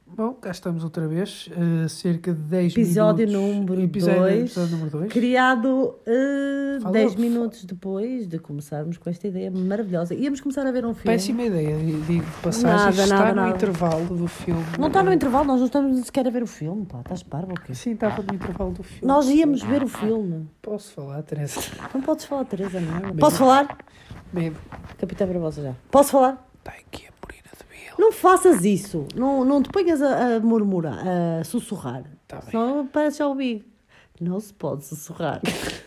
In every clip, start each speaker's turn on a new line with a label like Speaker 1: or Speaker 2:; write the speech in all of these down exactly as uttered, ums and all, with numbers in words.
Speaker 1: Bom, cá estamos outra vez, uh, cerca de dez
Speaker 2: episódio
Speaker 1: minutos.
Speaker 2: Número
Speaker 1: Episódio
Speaker 2: dois,
Speaker 1: episódio número dois.
Speaker 2: Criado uh,
Speaker 1: Fala-
Speaker 2: dez minutos depois de começarmos com esta ideia maravilhosa. Íamos começar a ver um filme.
Speaker 1: Péssima ideia, digo de passagem,
Speaker 2: Nada,
Speaker 1: está
Speaker 2: nada,
Speaker 1: no
Speaker 2: nada.
Speaker 1: intervalo do filme.
Speaker 2: Não está no intervalo, nós não estamos sequer a ver o filme, pá. Estás parvo ou quê?
Speaker 1: Sim, estava no intervalo do filme.
Speaker 2: Nós íamos ver o filme.
Speaker 1: Posso falar, Teresa?
Speaker 2: Não podes falar, Teresa, não. Posso falar?
Speaker 1: Medo.
Speaker 2: Capitão Barbosa já. Posso falar?
Speaker 1: Está aqui a Morina de Vila.
Speaker 2: Não faças isso. Não, não te ponhas a, a murmurar, a sussurrar.
Speaker 1: Tá bem.
Speaker 2: Senão parece já o Big. Não se pode sussurrar.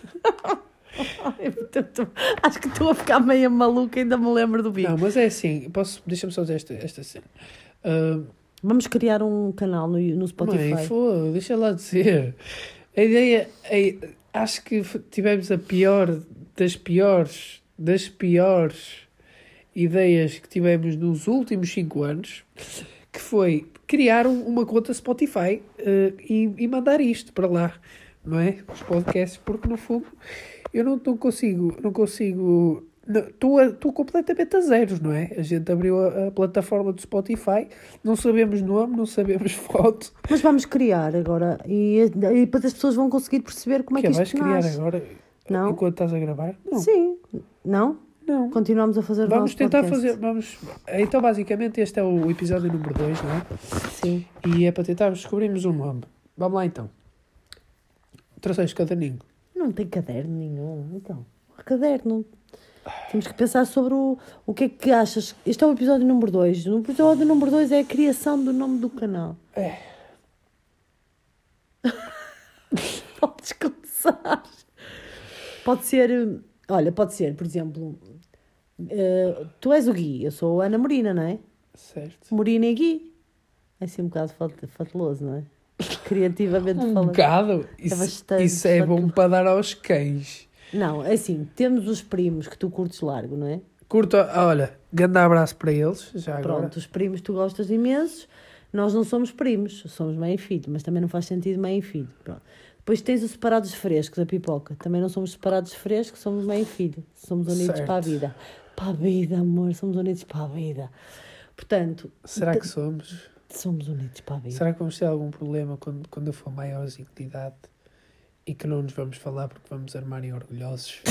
Speaker 2: Eu tô- Acho que estou a ficar meio maluca, ainda me lembro do Big.
Speaker 1: Não, mas é assim, posso, deixa-me só dizer esta, esta cena. Uh,
Speaker 2: Vamos criar um canal no, no Spotify.
Speaker 1: Mãe, foda, deixa lá dizer. A ideia, é, acho que f- tivemos a pior das piores, das piores ideias que tivemos nos últimos cinco anos, que foi criar um- uma conta Spotify eh, e, e mandar isto para lá, não é? Os podcasts, porque no fundo eu não, não consigo, não consigo, estou completamente a zeros, não é? A gente abriu a, a plataforma do Spotify, não sabemos nome, não sabemos foto.
Speaker 2: Mas vamos criar agora. E, e depois as pessoas vão conseguir perceber como é
Speaker 1: que
Speaker 2: que,
Speaker 1: vais
Speaker 2: isto
Speaker 1: criar
Speaker 2: nasce.
Speaker 1: agora
Speaker 2: Não.
Speaker 1: enquanto estás a gravar? Não.
Speaker 2: Sim. Não?
Speaker 1: Não.
Speaker 2: Continuamos a fazer o
Speaker 1: Vamos
Speaker 2: nosso
Speaker 1: tentar
Speaker 2: podcast.
Speaker 1: fazer. Vamos... Então, basicamente, este é o episódio número dois, não é?
Speaker 2: Sim.
Speaker 1: E é para tentarmos descobrirmos um nome. Vamos lá então. Trouxeste caderninho.
Speaker 2: Não tem caderno nenhum. Então, caderno. Temos que pensar sobre o, o que é que achas. Este é o episódio número dois. No episódio número dois é a criação do nome do canal.
Speaker 1: É.
Speaker 2: Podes começar. Pode ser. Olha, pode ser, por exemplo. eh, tu és o Gui, eu sou a Ana Morina, não é?
Speaker 1: Certo.
Speaker 2: Morina e Gui. É assim um bocado fat- fatuloso, não é? Criativamente
Speaker 1: Um
Speaker 2: falando.
Speaker 1: bocado. Isso,
Speaker 2: bastante
Speaker 1: isso é bom
Speaker 2: fatuloso.
Speaker 1: para dar aos cães.
Speaker 2: Não, é assim, temos os primos que tu curtes largo, não é?
Speaker 1: Curto, olha, grande abraço para eles. Já agora.
Speaker 2: Pronto, os primos tu gostas imensos. Nós não somos primos, somos mãe e filho, mas também não faz sentido mãe e filho. Pronto. Depois tens os separados frescos, a pipoca. Também não somos separados frescos, somos mãe e filho. Somos unidos
Speaker 1: Certo.
Speaker 2: para a vida. Para a vida, amor, somos unidos para a vida. Portanto,
Speaker 1: Será
Speaker 2: te-
Speaker 1: que somos?
Speaker 2: somos unidos para a vida.
Speaker 1: Será que vamos ter algum problema quando, quando eu for maiorzinho de idade e que não nos vamos falar porque vamos armar em orgulhosos?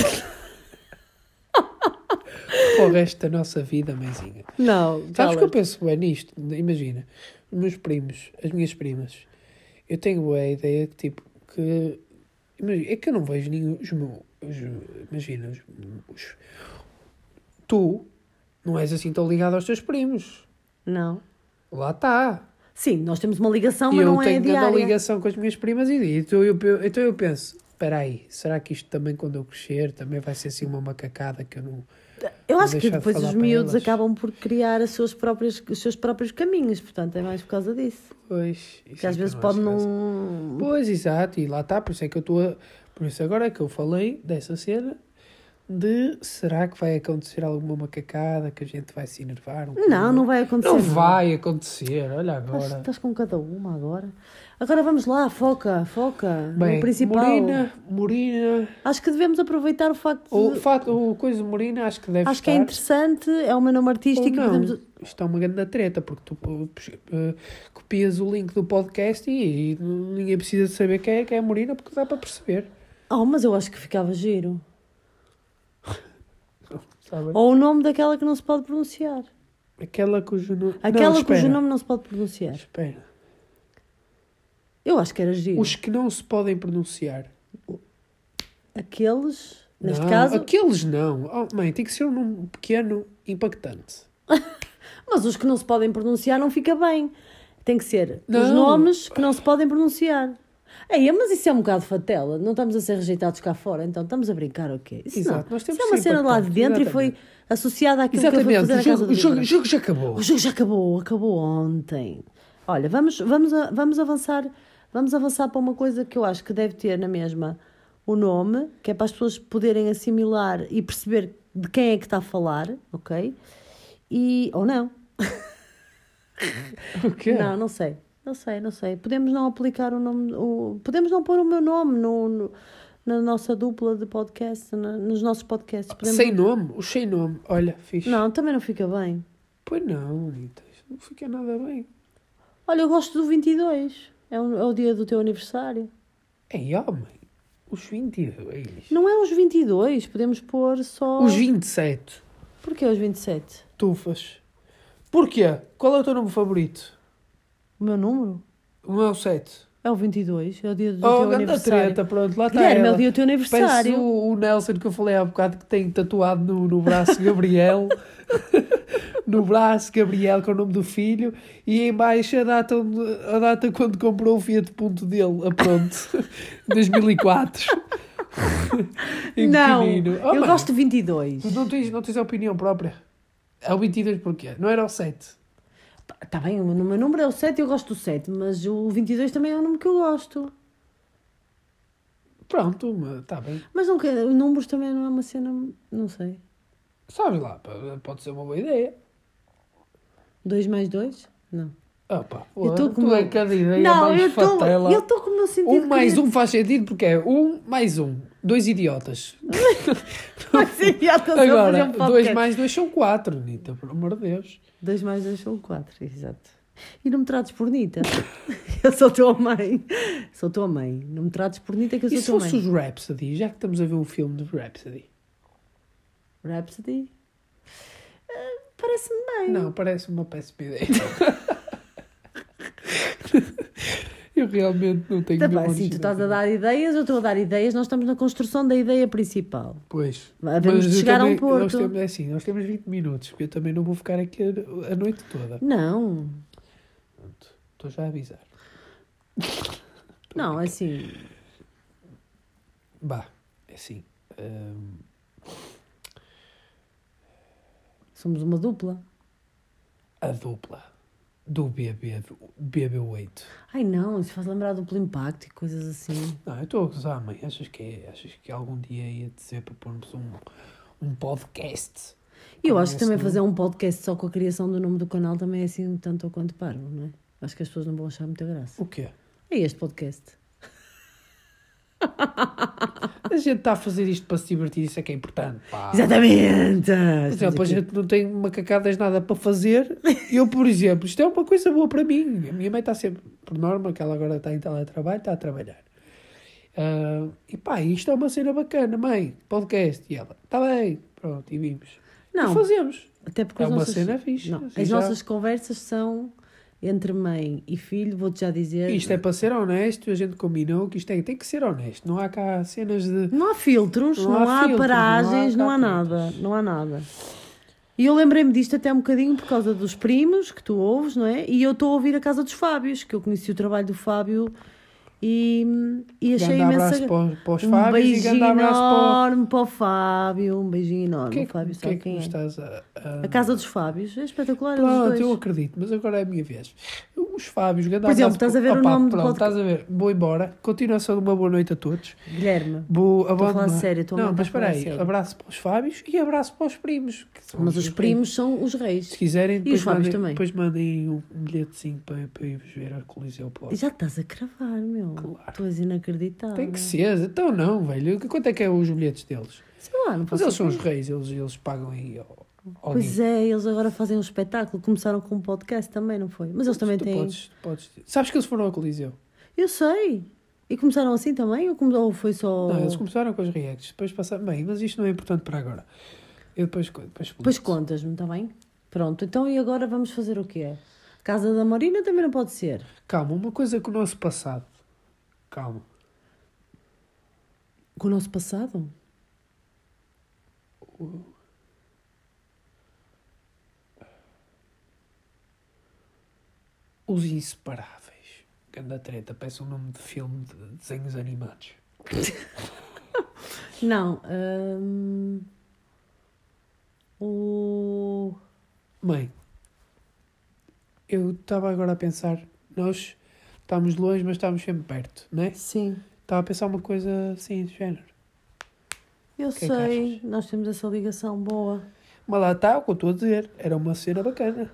Speaker 1: Para o resto da nossa vida, mãezinha.
Speaker 2: Não,
Speaker 1: Sabes
Speaker 2: cala-te.
Speaker 1: que eu penso bem nisto? Imagina, os meus primos, as minhas primas, eu tenho boa ideia que tipo, que imagina, é que eu não vejo nenhum, os meus, os- imagina, os, os- tu não és assim tão ligado aos teus primos.
Speaker 2: Não.
Speaker 1: Lá está.
Speaker 2: Sim, nós temos uma ligação,
Speaker 1: E
Speaker 2: mas
Speaker 1: eu
Speaker 2: não é
Speaker 1: tenho grande
Speaker 2: diária.
Speaker 1: ligação com as minhas primas e e então eu, pe- então eu penso, espera aí, será que isto também quando eu crescer também vai ser assim uma macacada que eu não...
Speaker 2: Eu
Speaker 1: Vou
Speaker 2: acho que
Speaker 1: deixar de
Speaker 2: depois
Speaker 1: falar
Speaker 2: os
Speaker 1: para
Speaker 2: miúdos
Speaker 1: elas.
Speaker 2: acabam por criar as suas próprias, os seus próprios caminhos, portanto é mais por causa disso.
Speaker 1: Pois, isso
Speaker 2: Que às
Speaker 1: é
Speaker 2: vezes
Speaker 1: eu
Speaker 2: pode
Speaker 1: acho que é
Speaker 2: não...
Speaker 1: Pois, exato, e lá está, por isso é que eu estou a... Por isso agora é que eu falei dessa cena de será que vai acontecer alguma macacada que a gente vai se enervar um
Speaker 2: Não,
Speaker 1: pouco?
Speaker 2: não vai acontecer.
Speaker 1: Não vai acontecer, olha
Speaker 2: Estás,
Speaker 1: agora.
Speaker 2: estás com cada uma agora. Agora vamos lá, foca, foca
Speaker 1: Bem,
Speaker 2: no principal.
Speaker 1: Morina, Morina...
Speaker 2: Acho que devemos aproveitar o facto
Speaker 1: O,
Speaker 2: de...
Speaker 1: fato, o coisa de Morina acho que deve
Speaker 2: Acho que
Speaker 1: estar...
Speaker 2: é interessante, é o meu nome
Speaker 1: Ou
Speaker 2: artístico.
Speaker 1: não,
Speaker 2: Podemos...
Speaker 1: isto é uma grande treta, porque tu uh, copias o link do podcast e, e ninguém precisa de saber quem é, quem é a Morina, porque dá para perceber.
Speaker 2: Oh, mas eu acho que ficava giro.
Speaker 1: Sabe?
Speaker 2: Ou o nome daquela que não se pode pronunciar.
Speaker 1: Aquela cujo nome...
Speaker 2: Aquela
Speaker 1: não, espera,
Speaker 2: cujo nome não se pode pronunciar.
Speaker 1: Espera.
Speaker 2: Eu acho que era giro.
Speaker 1: Os que não se podem pronunciar.
Speaker 2: Aqueles, neste
Speaker 1: Não,
Speaker 2: caso...
Speaker 1: aqueles não. Oh, mãe, tem que ser um nome pequeno, impactante.
Speaker 2: Mas os que não se podem pronunciar não fica bem. Tem que ser os
Speaker 1: Não.
Speaker 2: nomes que não se podem pronunciar. Ei, mas isso é um bocado fatela. Não estamos a ser rejeitados cá fora, então estamos a brincar o quê? Isso
Speaker 1: Exato,
Speaker 2: não.
Speaker 1: nós temos
Speaker 2: Isso é uma
Speaker 1: que ser
Speaker 2: cena de lá de
Speaker 1: impactantes,
Speaker 2: dentro e foi
Speaker 1: exatamente.
Speaker 2: associada àquilo que eu fui
Speaker 1: Exatamente,
Speaker 2: fazer
Speaker 1: o
Speaker 2: na casa
Speaker 1: jogo,
Speaker 2: do
Speaker 1: o jogo, o
Speaker 2: Igor.
Speaker 1: jogo já acabou.
Speaker 2: O jogo já acabou, acabou ontem. Olha, vamos, vamos, a- vamos avançar, vamos avançar para uma coisa que eu acho que deve ter na mesma o nome, que é para as pessoas poderem assimilar e perceber de quem é que está a falar, ok? E, ou não.
Speaker 1: O quê?
Speaker 2: Não, não sei. Não sei, não sei. Podemos não aplicar o nome, o, podemos não pôr o meu nome no, no- na nossa dupla de podcast, na- nos nossos podcasts. Podemos...
Speaker 1: Sem nome? O sem nome. Olha, fixe.
Speaker 2: Não, também não fica bem.
Speaker 1: Pois não, Anitta. Isso não fica nada bem.
Speaker 2: Olha, eu gosto do vinte e dois. É o, é o dia do teu aniversário.
Speaker 1: Ei, homem, os vinte e dois.
Speaker 2: Não é os vinte e dois, podemos pôr só...
Speaker 1: Os vinte e sete.
Speaker 2: Porquê os vinte e sete?
Speaker 1: Tufas. Porquê? Qual é o teu número favorito?
Speaker 2: O meu número?
Speaker 1: O meu é o sete.
Speaker 2: É o vinte e dois, é o dia do
Speaker 1: Oh,
Speaker 2: teu
Speaker 1: ganda
Speaker 2: aniversário.
Speaker 1: treta, pronto, lá está
Speaker 2: Guilherme, é
Speaker 1: ela.
Speaker 2: o dia do teu aniversário.
Speaker 1: Parece o, o Nelson que eu falei há bocado que tem tatuado no, no braço Gabriel. No braço Gabriel, com o nome do filho. E em baixo a data, onde- a data quando comprou o Fiat Punto dele. A pronto. dois mil e quatro. Em
Speaker 2: Não,
Speaker 1: pequenino. Oh,
Speaker 2: eu
Speaker 1: mano,
Speaker 2: gosto de vinte e dois.
Speaker 1: Tu não tens, não tens a opinião própria. É o vinte e dois porquê? Não era o sete.
Speaker 2: Está bem, o meu número é o sete, eu gosto do sete, mas o vinte e dois também é o número que eu gosto.
Speaker 1: Pronto, está bem.
Speaker 2: Mas não, quer- números também não é uma cena, não sei.
Speaker 1: Sabes lá, pode ser uma boa ideia.
Speaker 2: dois mais dois? Não.
Speaker 1: Opa,
Speaker 2: Eu tô com
Speaker 1: tu
Speaker 2: o
Speaker 1: é
Speaker 2: meu-
Speaker 1: cada ideia
Speaker 2: Não,
Speaker 1: mais
Speaker 2: eu estou
Speaker 1: fatela.
Speaker 2: eu estou com o meu sentido
Speaker 1: Um mais
Speaker 2: crítico.
Speaker 1: um faz sentido porque é um mais um. Dois idiotas.
Speaker 2: Mas idiotas a
Speaker 1: Agora,
Speaker 2: fazer um podcast.
Speaker 1: dois mais dois são quatro, Nita, por amor de Deus.
Speaker 2: dois mais dois são quatro, exato. E não me trates por Nita. Eu sou tua mãe. Sou tua mãe. Não me trates por Nita que eu
Speaker 1: E
Speaker 2: sou
Speaker 1: se
Speaker 2: tua
Speaker 1: fosse
Speaker 2: mãe.
Speaker 1: os Rhapsody, já que estamos a ver o filme de Rhapsody?
Speaker 2: Rhapsody? Ah, parece-me bem.
Speaker 1: Não, parece uma péssima ideia. Eu realmente não tenho
Speaker 2: Tá
Speaker 1: nenhuma
Speaker 2: bem, sim, tu estás a
Speaker 1: originalidade.
Speaker 2: dar ideias, eu estou a dar ideias, nós estamos na construção da ideia principal.
Speaker 1: Pois.
Speaker 2: Havemos de
Speaker 1: eu
Speaker 2: chegar a um
Speaker 1: também- Nós
Speaker 2: porto.
Speaker 1: temos, é assim, nós temos vinte minutos, porque eu também não vou ficar aqui a, a noite toda.
Speaker 2: Não,
Speaker 1: Pronto, estou já a avisar.
Speaker 2: não, assim,
Speaker 1: Bah, é assim. hum,
Speaker 2: somos uma dupla.
Speaker 1: a dupla do B B, B B oito.
Speaker 2: Ai não, isso faz lembrar duplo impacto e coisas assim.
Speaker 1: Não, eu estou a gozar, mãe. Achas que, é, achas que algum dia ia dizer para pormos um, um podcast?
Speaker 2: E eu
Speaker 1: Com
Speaker 2: acho que
Speaker 1: esse
Speaker 2: também
Speaker 1: nome?
Speaker 2: fazer um podcast só com a criação do nome do canal também é assim tanto ou quanto parvo, não é? Acho que as pessoas não vão achar muita graça.
Speaker 1: O quê?
Speaker 2: É este podcast.
Speaker 1: A gente está a fazer isto para se divertir, isso é que é importante, pá.
Speaker 2: Exatamente!
Speaker 1: Por exemplo, a gente não tem macacadas nada para fazer. Eu, por exemplo, isto é uma coisa boa para mim. A minha mãe está sempre, por norma, que ela agora está em teletrabalho, está a trabalhar. Ah, e pá, isto é uma cena bacana, mãe, podcast. E ela, está bem, pronto, e vimos.
Speaker 2: Não,
Speaker 1: E fazemos.
Speaker 2: até porque
Speaker 1: É
Speaker 2: as
Speaker 1: uma
Speaker 2: nossas,
Speaker 1: cena fixe.
Speaker 2: não,
Speaker 1: assim
Speaker 2: as
Speaker 1: já-
Speaker 2: nossas conversas são entre mãe e filho, vou-te já dizer.
Speaker 1: Isto é para ser honesto, a gente combinou que isto é, tem que ser honesto. Não há cá cenas de...
Speaker 2: Não há filtros,
Speaker 1: Não
Speaker 2: não,
Speaker 1: há
Speaker 2: há
Speaker 1: filtros,
Speaker 2: paragens,
Speaker 1: não
Speaker 2: não
Speaker 1: há
Speaker 2: há,
Speaker 1: cá
Speaker 2: nada, não há nada. E eu lembrei-me disto até um bocadinho por causa dos primos que tu ouves, não é? E eu estou a ouvir a casa dos Fábios, que eu conheci o trabalho do Fábio e, e achei
Speaker 1: Grande abraço
Speaker 2: imensa...
Speaker 1: para, os- para os
Speaker 2: Um
Speaker 1: Fábios e
Speaker 2: beijinho
Speaker 1: grande abraço para...
Speaker 2: enorme para o Fábio, um beijinho enorme.
Speaker 1: Que é
Speaker 2: o Fábio
Speaker 1: que, que
Speaker 2: sabe
Speaker 1: é que
Speaker 2: quem
Speaker 1: tu
Speaker 2: é.
Speaker 1: estás a... a...
Speaker 2: A casa dos Fábios, é espetacular, eles
Speaker 1: Pronto,
Speaker 2: dois.
Speaker 1: eu acredito, mas agora é a minha vez. Os Fábios, grande
Speaker 2: Por exemplo,
Speaker 1: abraço
Speaker 2: estás a ver
Speaker 1: para-
Speaker 2: o
Speaker 1: Opa,
Speaker 2: nome do
Speaker 1: pronto,
Speaker 2: podcast?
Speaker 1: estás a ver, vou embora. Continuação de uma boa noite a todos.
Speaker 2: Guilherme,
Speaker 1: Vou
Speaker 2: a falar
Speaker 1: abandonar.
Speaker 2: sério, estou a
Speaker 1: Não,
Speaker 2: mandar
Speaker 1: mas espera
Speaker 2: falar
Speaker 1: aí,
Speaker 2: sério.
Speaker 1: abraço para os Fábios e abraço para os primos. que são
Speaker 2: mas os primos são os reis.
Speaker 1: Se quiserem,
Speaker 2: E
Speaker 1: depois
Speaker 2: os Fábios
Speaker 1: mandem,
Speaker 2: também.
Speaker 1: depois mandem um bilhetezinho para, para ir ver a Coliseu Plot.
Speaker 2: Já estás a cravar, meu.
Speaker 1: Claro.
Speaker 2: Tu és inacreditável.
Speaker 1: Tem que ser, então não, velho. Quanto é que é os bilhetes deles?
Speaker 2: Sei lá, não
Speaker 1: Mas
Speaker 2: faço
Speaker 1: eles são os
Speaker 2: ideia.
Speaker 1: reis, eles, eles pagam aí ao, ao
Speaker 2: Pois
Speaker 1: dia.
Speaker 2: é, eles agora fazem um espetáculo. Começaram com um podcast também, não foi? Mas eles também
Speaker 1: tu
Speaker 2: têm...
Speaker 1: Podes, tu podes... Sabes que eles foram ao Coliseu?
Speaker 2: Eu sei. E começaram assim também? Ou, come- ou foi só...
Speaker 1: Não, eles começaram com os reacts, depois passaram... Bem, mas isto não é importante para agora. Eu depois... Depois,
Speaker 2: Depois contas-me, está bem? Pronto, então e agora vamos fazer o quê? Casa da Marina também não pode ser.
Speaker 1: Calma, uma coisa com o nosso passado. Calma.
Speaker 2: Com o nosso passado?
Speaker 1: Os Inseparáveis. Ganda treta, parece um nome de filme de desenhos animados.
Speaker 2: Não. hum, O...
Speaker 1: Mãe, eu estava agora a pensar, nós estamos longe, mas estamos sempre perto, não é?
Speaker 2: Sim.
Speaker 1: Estava a pensar uma coisa assim, de género.
Speaker 2: Eu
Speaker 1: que é que
Speaker 2: sei.
Speaker 1: achas?
Speaker 2: Nós temos essa ligação boa.
Speaker 1: Mas lá está o que eu estou a dizer. Era uma cena bacana.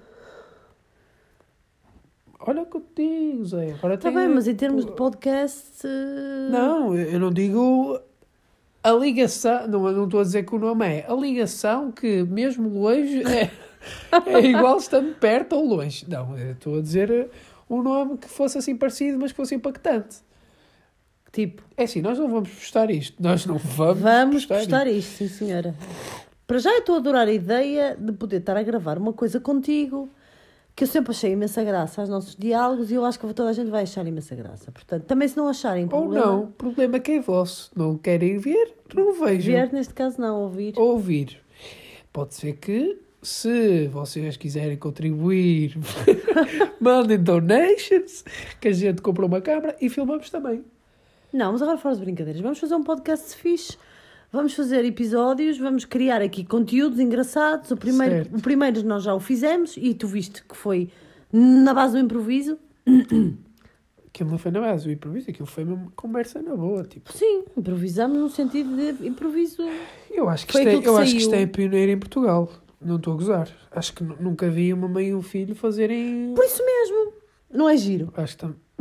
Speaker 1: Olha o que eu te digo, Zé. Agora
Speaker 2: Está
Speaker 1: tem-
Speaker 2: bem, mas em termos de podcast... eh,
Speaker 1: Não, eu não digo a ligação. Não, eu não estou a dizer que o nome é. A ligação que, mesmo longe, é, é igual estando perto ou longe. Não, eu estou a dizer um nome que fosse assim parecido, mas que fosse impactante.
Speaker 2: Tipo,
Speaker 1: É assim, nós não vamos postar isto. Nós não vamos
Speaker 2: vamos
Speaker 1: postar,
Speaker 2: postar
Speaker 1: isto.
Speaker 2: isto, sim senhora. Para já eu estou a adorar a ideia de poder estar a gravar uma coisa contigo, que eu sempre achei imensa graça aos nossos diálogos, e eu acho que toda a gente vai achar imensa graça. Portanto, também se não acharem
Speaker 1: Ou
Speaker 2: problema...
Speaker 1: não, o problema é que é vosso. Não querem ver, não vejam.
Speaker 2: Ver, neste caso não, ouvir.
Speaker 1: Ouvir. Pode ser que, se vocês quiserem contribuir, mandem donations, que a gente compra uma câmara e filmamos também.
Speaker 2: Não, mas agora fora de brincadeiras. Vamos fazer um podcast fixe. Vamos fazer episódios, vamos criar aqui conteúdos engraçados. O primeiro,
Speaker 1: Certo.
Speaker 2: o primeiro nós já o fizemos e tu viste que foi na base do improviso.
Speaker 1: Aquilo não foi na base do improviso, aquilo foi uma conversa na boa, tipo.
Speaker 2: Sim, improvisamos no sentido de improviso.
Speaker 1: Eu acho que
Speaker 2: Foi
Speaker 1: isto é,
Speaker 2: aquilo que
Speaker 1: eu acho que isto
Speaker 2: saiu.
Speaker 1: é pioneiro em Portugal. Não estou a gozar. Acho que nu- nunca vi uma mãe e um filho fazerem...
Speaker 2: Por isso mesmo, não é giro.
Speaker 1: Acho que estão...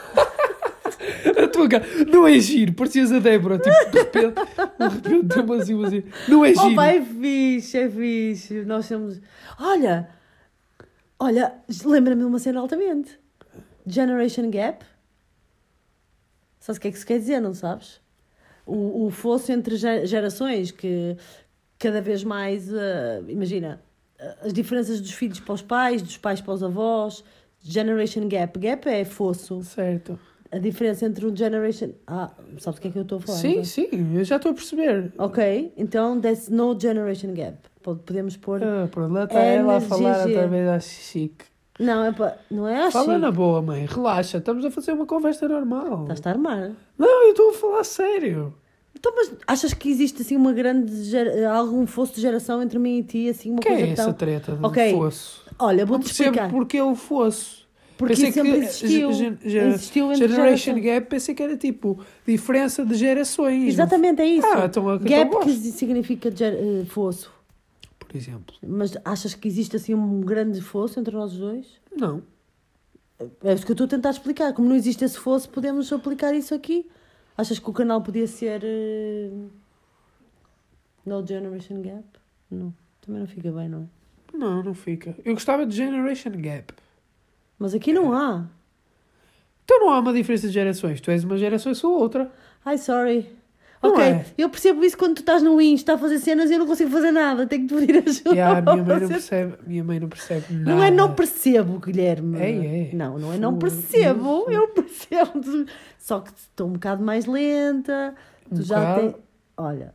Speaker 1: A tua cara, não é giro, parecias a Débora, tipo, de repente, de repente deu-me assim, uma assim, não é
Speaker 2: Oh,
Speaker 1: giro.
Speaker 2: pá, é fixe, é fixe. Nós somos. Olha, olha, lembra-me de uma cena altamente: Generation Gap. Sabes o que é que isso quer dizer, não sabes? O, o fosso entre ge- gerações que cada vez mais. eh, imagina, eh, as diferenças dos filhos para os pais, dos pais para os avós. Generation Gap. Gap é fosso.
Speaker 1: Certo.
Speaker 2: A diferença entre um generation... Ah, sabes o que é que eu estou a falar?
Speaker 1: Sim,
Speaker 2: não?
Speaker 1: sim, eu já estou a perceber.
Speaker 2: Ok, então there's no generation gap. Pod- Podemos pôr...
Speaker 1: Ah, pronto, lá está ela a falar
Speaker 2: N G G.
Speaker 1: outra vez, acho chique.
Speaker 2: Não, é pa... não é assim.
Speaker 1: Fala na boa, mãe, relaxa, estamos a fazer uma conversa normal.
Speaker 2: Estás-te a armar.
Speaker 1: Não, eu estou a falar sério.
Speaker 2: Então, mas achas que existe assim uma grande... Ger... algum fosso de geração entre mim e ti? Assim, uma
Speaker 1: O que
Speaker 2: coisa
Speaker 1: é essa
Speaker 2: tão...
Speaker 1: treta de
Speaker 2: Ok,
Speaker 1: fosso?
Speaker 2: Olha,
Speaker 1: Não
Speaker 2: vou-te
Speaker 1: percebo
Speaker 2: explicar.
Speaker 1: porque eu fosso.
Speaker 2: Porque
Speaker 1: Pensei
Speaker 2: sempre
Speaker 1: que
Speaker 2: existiu.
Speaker 1: ge- ge-
Speaker 2: existiu entre
Speaker 1: Generation
Speaker 2: gerações.
Speaker 1: Gap, pensei que era tipo diferença de gerações.
Speaker 2: Exatamente, é isso.
Speaker 1: Ah, então é que eu
Speaker 2: Gap
Speaker 1: gosto.
Speaker 2: que significa ger... eh, fosso.
Speaker 1: Por exemplo.
Speaker 2: Mas achas que existe assim um grande fosso entre nós dois?
Speaker 1: Não.
Speaker 2: É isso que eu estou a tentar explicar. Como não existe esse fosso, podemos aplicar isso aqui. Achas que o canal podia ser... eh, No Generation Gap? Não. Também não fica bem, não é?
Speaker 1: Não, não fica. Eu gostava de Generation Gap.
Speaker 2: Mas aqui não há.
Speaker 1: Então não há uma diferença de gerações. Tu és uma geração e sou outra.
Speaker 2: Ai, sorry.
Speaker 1: Não
Speaker 2: Ok,
Speaker 1: é?
Speaker 2: eu percebo isso quando tu estás no Insta a fazer cenas e eu não consigo fazer nada. Tenho que te pedir ajuda.
Speaker 1: E a minha mãe não
Speaker 2: Você-
Speaker 1: percebe, minha mãe não percebe nada.
Speaker 2: Não é não percebo, Guilherme.
Speaker 1: É, é.
Speaker 2: Não, não é não
Speaker 1: Fu-
Speaker 2: percebo.
Speaker 1: fu-
Speaker 2: Eu percebo. Só que estou um bocado mais lenta. Tu
Speaker 1: Um
Speaker 2: já
Speaker 1: bocado.
Speaker 2: tens... Olha.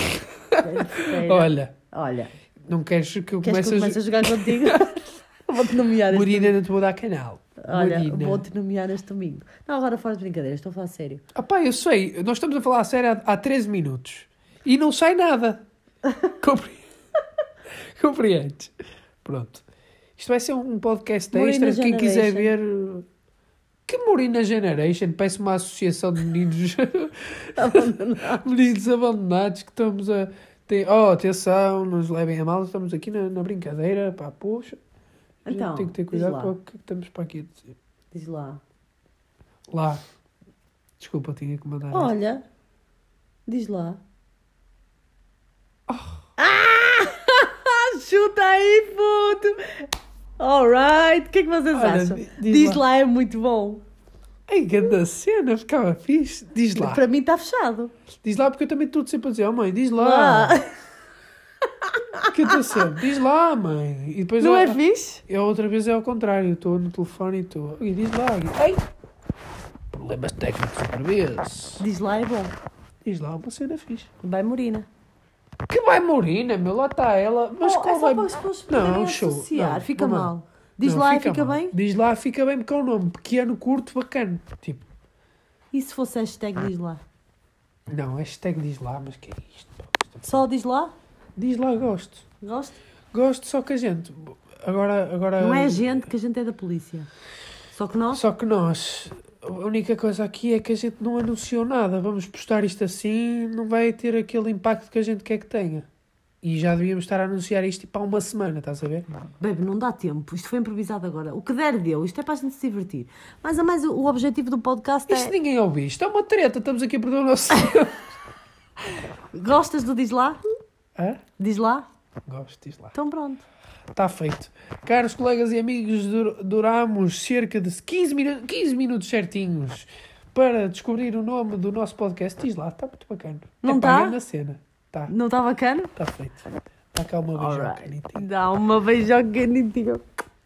Speaker 2: Olha.
Speaker 1: Olha,
Speaker 2: Olha.
Speaker 1: não queres que eu
Speaker 2: Queres que
Speaker 1: comece
Speaker 2: eu
Speaker 1: a...
Speaker 2: comece a jogar contigo? Vou-te nomear este
Speaker 1: Morina,
Speaker 2: domingo.
Speaker 1: não te vou dar canal.
Speaker 2: Olha,
Speaker 1: Morina.
Speaker 2: vou-te nomear este domingo. Não, agora fora de brincadeiras, estou a falar sério.
Speaker 1: Ah pá, eu sei. Nós estamos a falar a sério há, há treze minutos. E não sai nada. Compre... Compreendes? Pronto. Isto vai ser um podcast
Speaker 2: Morina
Speaker 1: extra. Quem quiser ver...
Speaker 2: Generation.
Speaker 1: Que Morina Generation? Parece uma associação de meninos...
Speaker 2: Abandonado.
Speaker 1: meninos abandonados que estamos a... Tem... Oh, atenção, não nos levem a mal. Estamos aqui na, na brincadeira. Pá, poxa. A gente
Speaker 2: Então,
Speaker 1: tem que ter
Speaker 2: diz
Speaker 1: cuidado
Speaker 2: lá.
Speaker 1: com o que estamos para aqui a dizer.
Speaker 2: Diz lá.
Speaker 1: Lá. Desculpa, tinha que mandar esta.
Speaker 2: Olha. Diz lá.
Speaker 1: Oh.
Speaker 2: Ah! Chuta aí, puto! Alright. O que é que vocês
Speaker 1: Olha,
Speaker 2: acham?
Speaker 1: di-
Speaker 2: Diz,
Speaker 1: diz
Speaker 2: lá.
Speaker 1: lá.
Speaker 2: é muito bom.
Speaker 1: Ai, grande cena, ficava fixe. Diz lá.
Speaker 2: Para mim está fechado.
Speaker 1: Diz lá, porque eu também estou sempre a dizer, oh mãe, diz lá.
Speaker 2: Lá.
Speaker 1: Que eu estou sempre, diz lá, mãe. E depois
Speaker 2: Não
Speaker 1: eu,
Speaker 2: é fixe?
Speaker 1: eu outra vez é ao contrário, eu estou no telefone e estou, e diz lá. E, ai, problemas técnicos outra vez.
Speaker 2: Diz lá é bom.
Speaker 1: Diz lá, uma cena fixe.
Speaker 2: Vai Morina.
Speaker 1: Que vai Morina, meu, lá está ela. Mas
Speaker 2: Oh,
Speaker 1: qual
Speaker 2: é só
Speaker 1: vai...
Speaker 2: para as pessoas
Speaker 1: Não,
Speaker 2: poderem
Speaker 1: show.
Speaker 2: associar.
Speaker 1: Não,
Speaker 2: Fica
Speaker 1: não,
Speaker 2: mal. Diz
Speaker 1: não,
Speaker 2: lá e fica
Speaker 1: mal.
Speaker 2: bem?
Speaker 1: Diz lá, fica bem, porque é um nome pequeno, curto, bacana. Tipo,
Speaker 2: E se fosse hashtag diz lá?
Speaker 1: não, hashtag diz lá, mas que é isto? pá?
Speaker 2: Só diz lá?
Speaker 1: Diz lá, gosto.
Speaker 2: Gosto?
Speaker 1: Gosto, só que a gente... Agora... agora
Speaker 2: Não é a gente, que a gente é da polícia. Só que nós...
Speaker 1: Só que nós, a única coisa aqui é que a gente não anunciou nada. Vamos postar isto assim, não vai ter aquele impacto que a gente quer que tenha. E já devíamos estar a anunciar isto tipo há uma semana, estás a ver?
Speaker 2: Baby, não dá tempo. Isto foi improvisado agora. O que der, deu. Isto é para a gente se divertir. Mas a mais, o objetivo do podcast
Speaker 1: Isto
Speaker 2: é...
Speaker 1: ninguém ouve. Isto é uma treta, estamos aqui a perder o nosso tempo.
Speaker 2: Gostas do diz lá?
Speaker 1: Hã?
Speaker 2: Diz lá?
Speaker 1: Gosto, diz lá.
Speaker 2: Então pronto.
Speaker 1: Está feito. Caros colegas e amigos, dur- duramos cerca de quinze, minu- quinze minutos certinhos para descobrir o nome do nosso podcast. Diz lá, está muito bacana.
Speaker 2: Não
Speaker 1: é
Speaker 2: tá?
Speaker 1: pá, na cena. Está,
Speaker 2: Não está bacana?
Speaker 1: está feito. Está cá uma beijoca.
Speaker 2: Alright.
Speaker 1: Nitinho.
Speaker 2: Dá uma beijoca nitinha.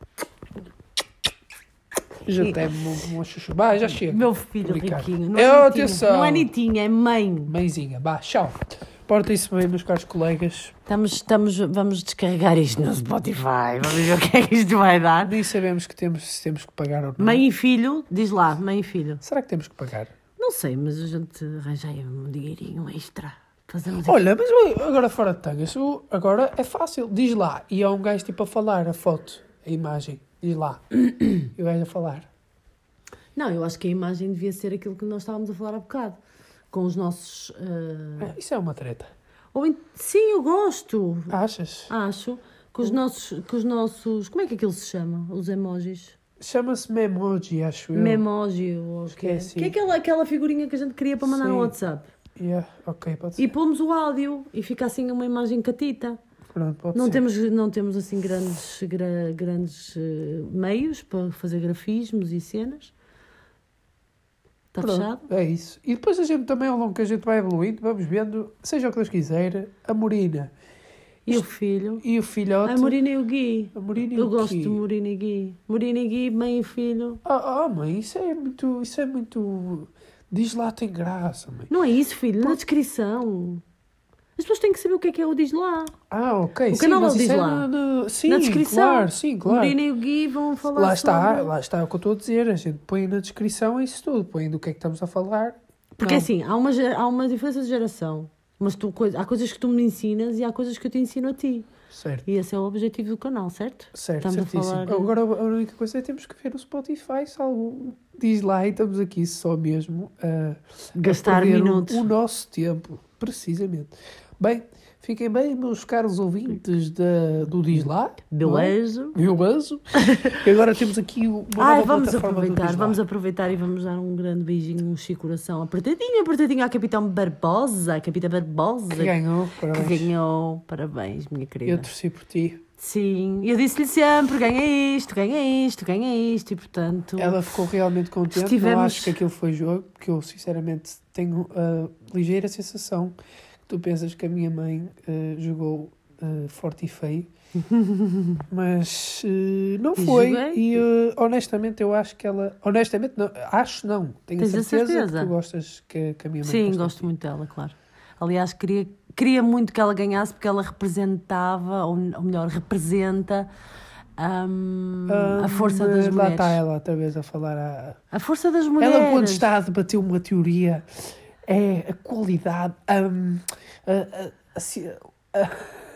Speaker 1: Já tem uma chuchu. Bah, já chega.
Speaker 2: Meu filho
Speaker 1: Obrigado.
Speaker 2: riquinho. Não
Speaker 1: É,
Speaker 2: é, nitinho.
Speaker 1: atenção.
Speaker 2: Não é nitinha, é mãe.
Speaker 1: Mãezinha, bah, tchau. Portem-se bem, meus caros colegas.
Speaker 2: Estamos, estamos, vamos descarregar isto no Spotify. Vamos ver o que é que isto vai dar.
Speaker 1: Nem sabemos que temos, se temos que pagar ou não.
Speaker 2: Mãe e filho, diz lá, mãe e filho.
Speaker 1: Será que temos que pagar?
Speaker 2: Não sei, mas a gente arranja aí um dinheirinho extra. Fazemos
Speaker 1: Olha, mas agora fora de tanga, isso agora é fácil. Diz lá. E há um gajo tipo a falar, a foto, a imagem. Diz lá. E o gajo a falar.
Speaker 2: Não, eu acho que a imagem devia ser aquilo que nós estávamos a falar há bocado. Com os nossos... ah,
Speaker 1: Ah, isso é uma treta.
Speaker 2: Ou em- Sim, eu gosto.
Speaker 1: Achas?
Speaker 2: Acho. Com os nossos... Com os nossos... Como é que aquilo se chama? Os emojis?
Speaker 1: Chama-se Memoji, acho eu.
Speaker 2: Memoji. Ou o que é?
Speaker 1: Esqueci.
Speaker 2: Que é aquela, aquela figurinha que a gente queria para mandar
Speaker 1: Sim.
Speaker 2: no WhatsApp.
Speaker 1: Yeah, ok, pode ser.
Speaker 2: E pomos o áudio e fica assim uma imagem catita.
Speaker 1: Pronto, pode
Speaker 2: Não
Speaker 1: ser.
Speaker 2: temos, não temos assim grandes, gra- grandes eh, meios para fazer grafismos e cenas. Está
Speaker 1: Pronto,
Speaker 2: fechado?
Speaker 1: é isso. E depois a gente também, ao longo que a gente vai evoluindo, vamos vendo, seja o que Deus quiser, a Morina
Speaker 2: E o
Speaker 1: Isto-
Speaker 2: filho?
Speaker 1: e o filhote.
Speaker 2: A Morina e o Gui.
Speaker 1: A Morina e
Speaker 2: Eu
Speaker 1: o
Speaker 2: gosto
Speaker 1: quê?
Speaker 2: de Morina e Gui. Morina e Gui, mãe e filho.
Speaker 1: Ah, ah, mãe, isso é muito. Isso é muito. Diz lá, tem graça, mãe.
Speaker 2: Não é isso, filho? Na descrição. As pessoas têm que saber o que é que é o Diz Lá.
Speaker 1: Ah, ok.
Speaker 2: O
Speaker 1: sim,
Speaker 2: canal
Speaker 1: mas
Speaker 2: diz
Speaker 1: isso é
Speaker 2: lá.
Speaker 1: na- na- sim,
Speaker 2: Na descrição.
Speaker 1: claro, sim, claro.
Speaker 2: Morina e o Gui vão falar
Speaker 1: Lá está,
Speaker 2: sobre...
Speaker 1: lá está o que eu estou a dizer. A gente põe na descrição isso tudo. Põe do que é que estamos a falar.
Speaker 2: Porque
Speaker 1: Não.
Speaker 2: assim, há uma, ge- há uma diferença de geração. Mas tu, coi- há coisas que tu me ensinas e há coisas que eu te ensino a ti.
Speaker 1: Certo,
Speaker 2: E esse é o objetivo do canal, certo?
Speaker 1: certo,
Speaker 2: Estamos a
Speaker 1: certíssimo.
Speaker 2: falar-
Speaker 1: Agora a única coisa é que temos que ver o Spotify. Se algo diz lá e estamos aqui só mesmo a
Speaker 2: Gastar
Speaker 1: a perder o-
Speaker 2: minutos.
Speaker 1: O, nosso tempo, precisamente. Bem, fiquem bem, meus caros ouvintes da, do Diz Lá. não é?
Speaker 2: Beleza.
Speaker 1: Meu beijo. E agora temos aqui uma
Speaker 2: Ai,
Speaker 1: nova
Speaker 2: vamos
Speaker 1: plataforma do
Speaker 2: aproveitar,
Speaker 1: Diz Lá.
Speaker 2: vamos aproveitar e vamos dar um grande beijinho, um chico coração apertadinho, apertadinho à Capitão Barbosa, a Capitã Barbosa,
Speaker 1: Que ganhou,
Speaker 2: que
Speaker 1: parabéns.
Speaker 2: ganhou. Parabéns, minha querida.
Speaker 1: Eu torci por ti.
Speaker 2: Sim, eu disse-lhe sempre, ganha isto, ganha isto, ganha isto, e portanto...
Speaker 1: Ela ficou realmente contente.
Speaker 2: Estivemos-
Speaker 1: Não acho que aquilo foi jogo, porque eu sinceramente tenho a ligeira sensação que tu pensas que a minha mãe eh, jogou eh, forte e feio. Mas eh, não
Speaker 2: E
Speaker 1: foi.
Speaker 2: joguei.
Speaker 1: E eh, honestamente eu acho que ela. Honestamente, não, acho não. Tenho
Speaker 2: Tens
Speaker 1: a
Speaker 2: a
Speaker 1: certeza,
Speaker 2: certeza?
Speaker 1: que tu gostas que, que a minha mãe
Speaker 2: Sim,
Speaker 1: gosta de
Speaker 2: gosto
Speaker 1: ti.
Speaker 2: muito dela, claro. Aliás, queria, queria muito que ela ganhasse porque ela representava, ou, ou melhor, representa hum, a
Speaker 1: Ah,
Speaker 2: força
Speaker 1: mas
Speaker 2: das
Speaker 1: lá
Speaker 2: mulheres.
Speaker 1: está ela outra vez a falar. A...
Speaker 2: A força das mulheres.
Speaker 1: Ela, quando está a debater uma teoria, é a qualidade, hum, a, a- a ci- a-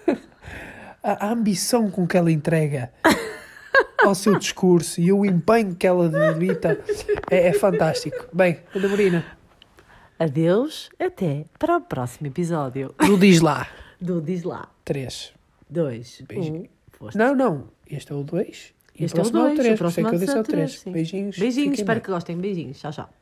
Speaker 1: a- a ambição com que ela entrega ao seu discurso e o empenho que ela debita é, é fantástico. Bem, Ana Marina,
Speaker 2: Adeus, até para o próximo episódio
Speaker 1: tu diz lá.
Speaker 2: do Diz Lá.
Speaker 1: Três.
Speaker 2: Dois,
Speaker 1: Beijinho.
Speaker 2: um, foste.
Speaker 1: Não, não. Este é o dois. E
Speaker 2: Este é o
Speaker 1: próximo
Speaker 2: dois,
Speaker 1: três.
Speaker 2: o próximo
Speaker 1: Por isso é que eu
Speaker 2: é
Speaker 1: disse
Speaker 2: o
Speaker 1: o três.
Speaker 2: três, sim.
Speaker 1: Beijinhos.
Speaker 2: Beijinhos,
Speaker 1: fiquem
Speaker 2: espero
Speaker 1: bem.
Speaker 2: que gostem. Beijinhos, tchau, tchau.